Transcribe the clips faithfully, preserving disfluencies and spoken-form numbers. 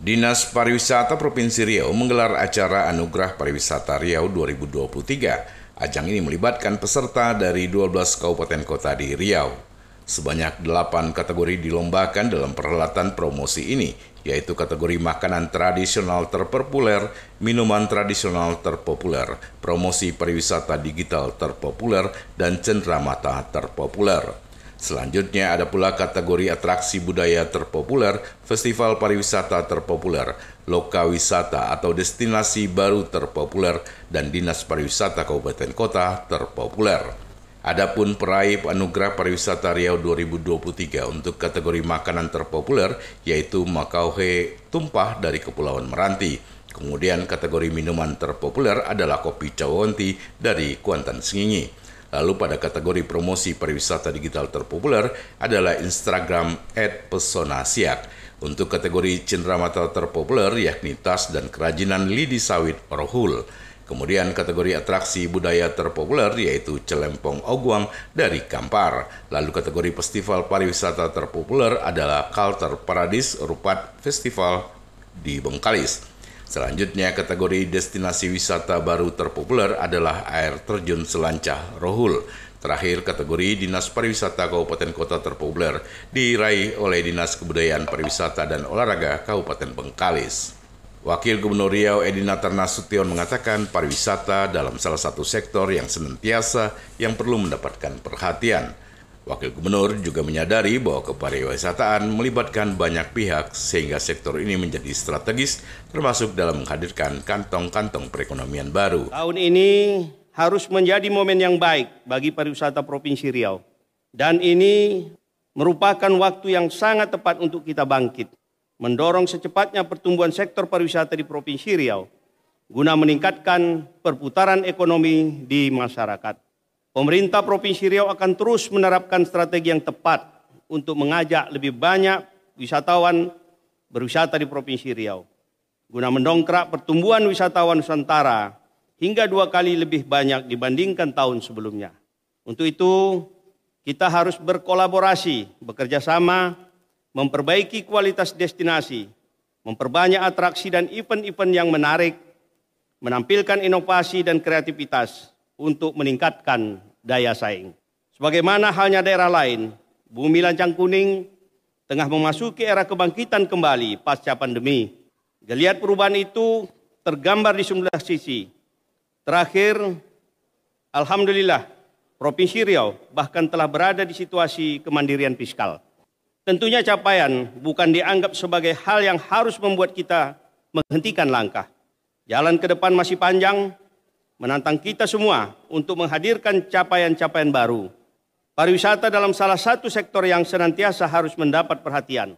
Dinas Pariwisata Provinsi Riau menggelar acara Anugerah Pariwisata Riau dua ribu dua puluh tiga. Ajang ini melibatkan peserta dari dua belas kabupaten kota di Riau. Sebanyak delapan kategori dilombakan dalam perhelatan promosi ini, yaitu kategori makanan tradisional terpopuler, minuman tradisional terpopuler, promosi pariwisata digital terpopuler, dan cenderamata terpopuler. Selanjutnya ada pula kategori atraksi budaya terpopuler, festival pariwisata terpopuler, lokawisata atau destinasi baru terpopuler, dan dinas pariwisata kabupaten kota terpopuler. Adapun peraih anugerah pariwisata Riau dua ribu dua puluh tiga untuk kategori makanan terpopuler yaitu Makauhe Tumpah dari Kepulauan Meranti. Kemudian kategori minuman terpopuler adalah kopi Cawonti dari Kuantan Sengingi. Lalu pada kategori promosi pariwisata digital terpopuler adalah Instagram et pesona siak. Untuk kategori cenderamata terpopuler yakni tas dan kerajinan lidi sawit Rohul. Kemudian kategori atraksi budaya terpopuler yaitu Celempong Oguang dari Kampar. Lalu kategori festival pariwisata terpopuler adalah Culture Paradise Rupat Festival di Bengkalis. Selanjutnya kategori destinasi wisata baru terpopuler adalah air terjun Selancah Rohul. Terakhir kategori Dinas Pariwisata Kabupaten Kota terpopuler diraih oleh Dinas Kebudayaan Pariwisata dan Olahraga Kabupaten Bengkalis. Wakil Gubernur Riau Edi Natar Nasution mengatakan pariwisata dalam salah satu sektor yang senantiasa yang perlu mendapatkan perhatian. Wakil Gubernur juga menyadari bahwa kepariwisataan melibatkan banyak pihak sehingga sektor ini menjadi strategis termasuk dalam menghadirkan kantong-kantong perekonomian baru. Tahun ini harus menjadi momen yang baik bagi pariwisata Provinsi Riau. Dan ini merupakan waktu yang sangat tepat untuk kita bangkit, mendorong secepatnya pertumbuhan sektor pariwisata di Provinsi Riau guna meningkatkan perputaran ekonomi di masyarakat. Pemerintah Provinsi Riau akan terus menerapkan strategi yang tepat untuk mengajak lebih banyak wisatawan berwisata di Provinsi Riau, guna mendongkrak pertumbuhan wisatawan Nusantara hingga dua kali lebih banyak dibandingkan tahun sebelumnya. Untuk itu, kita harus berkolaborasi, bekerja sama, memperbaiki kualitas destinasi, memperbanyak atraksi dan event-event yang menarik, menampilkan inovasi dan kreativitas, untuk meningkatkan daya saing. Sebagaimana halnya daerah lain, Bumi Lancang Kuning tengah memasuki era kebangkitan kembali pasca pandemi. Geliat perubahan itu tergambar di sejumlah sisi. Terakhir, alhamdulillah, Provinsi Riau bahkan telah berada di situasi kemandirian fiskal. Tentunya capaian bukan dianggap sebagai hal yang harus membuat kita menghentikan langkah. Jalan ke depan masih panjang, menantang kita semua untuk menghadirkan capaian-capaian baru. Pariwisata dalam salah satu sektor yang senantiasa harus mendapat perhatian.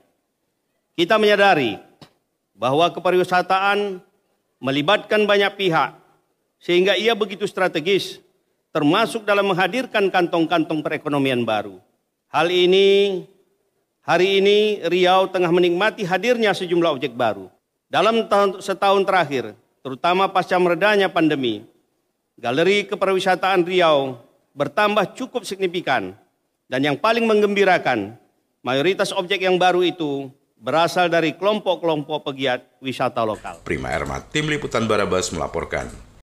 Kita menyadari bahwa kepariwisataan melibatkan banyak pihak, sehingga ia begitu strategis, termasuk dalam menghadirkan kantong-kantong perekonomian baru. Hal ini, hari ini Riau tengah menikmati hadirnya sejumlah objek baru. Dalam tahun, setahun terakhir, terutama pasca meredanya pandemi, Galeri Kepariwisataan Riau bertambah cukup signifikan, dan yang paling menggembirakan, mayoritas objek yang baru itu berasal dari kelompok-kelompok pegiat wisata lokal. Prima Erma, Tim Liputan Barabas melaporkan.